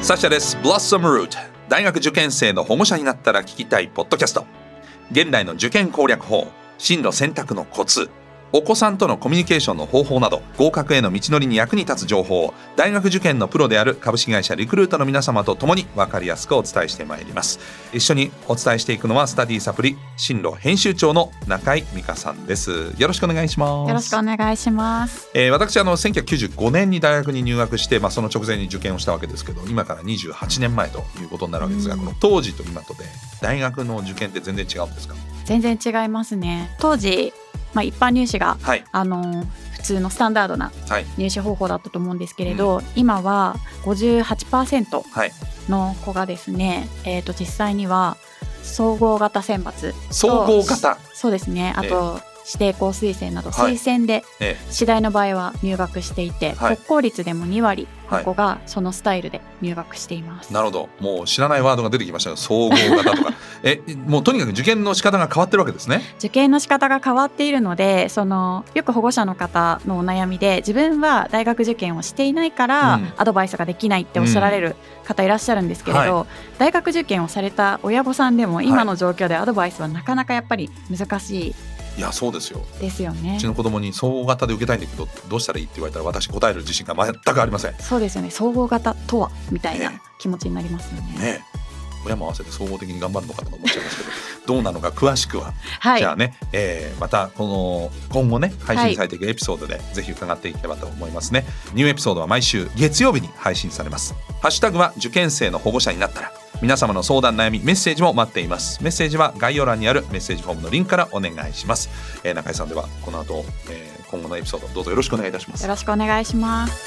サッシャです。 Blossom Root 大学受験生の保護者になったら聞きたいポッドキャスト。現代の受験攻略法、進路選択のコツ、お子さんとのコミュニケーションの方法など、合格への道のりに役に立つ情報を大学受験のプロである株式会社リクルートの皆様と共に分かりやすくお伝えしてまいります。一緒にお伝えしていくのはスタディサプリ進路編集長の中井美香さんです。よろしくお願いします。 よろしくお願いします。 私1995年に大学に入学して、その直前に受験をしたわけですけど、今から28年前ということになるわけですが、この当時と今とで大学の受験って全然違うんですか？ 全然違いますね。当時、一般入試が、普通のスタンダードな入試方法だったと思うんですけれど、今は 58% の子がですね、実際には総合型選抜、 総合型、 そうですね、あと、指定校推薦など推薦で次第の場合は入学していて、国公立でも2割の子がそのスタイルで入学しています。 なるほど。もう知らないワードが出てきましたが、総合型とかもうとにかく受験の仕方が変わってるわけですね。 受験の仕方が変わっているので、よく保護者の方のお悩みで、自分は大学受験をしていないからアドバイスができないっておっしゃられる方いらっしゃるんですけれど、大学受験をされた親御さんでも今の状況でアドバイスはなかなかやっぱり難しい。 いや、そうですよ。 ですよね。 うちの子供に総合型で受けたいんだけどどうしたらいいって言われたら、私答える自信が全くありません。 そうですよね。総合型とはみたいな気持ちになりますよね。 親も合わせて総合的に頑張るのかと思っちゃいますけどどうなのか詳しくは、じゃあね、また今後ね配信されていくエピソードでぜひ伺っていければと思いますね。ニューエピソードは毎週月曜日に配信されます。ハッシュタグは受験生の保護者になったら。皆様の相談悩みメッセージも待っています。メッセージは概要欄にあるメッセージフォームのリンクからお願いします。中井さん、ではこの後、今後のエピソードどうぞよろしくお願いいたします。 よろしくお願いします。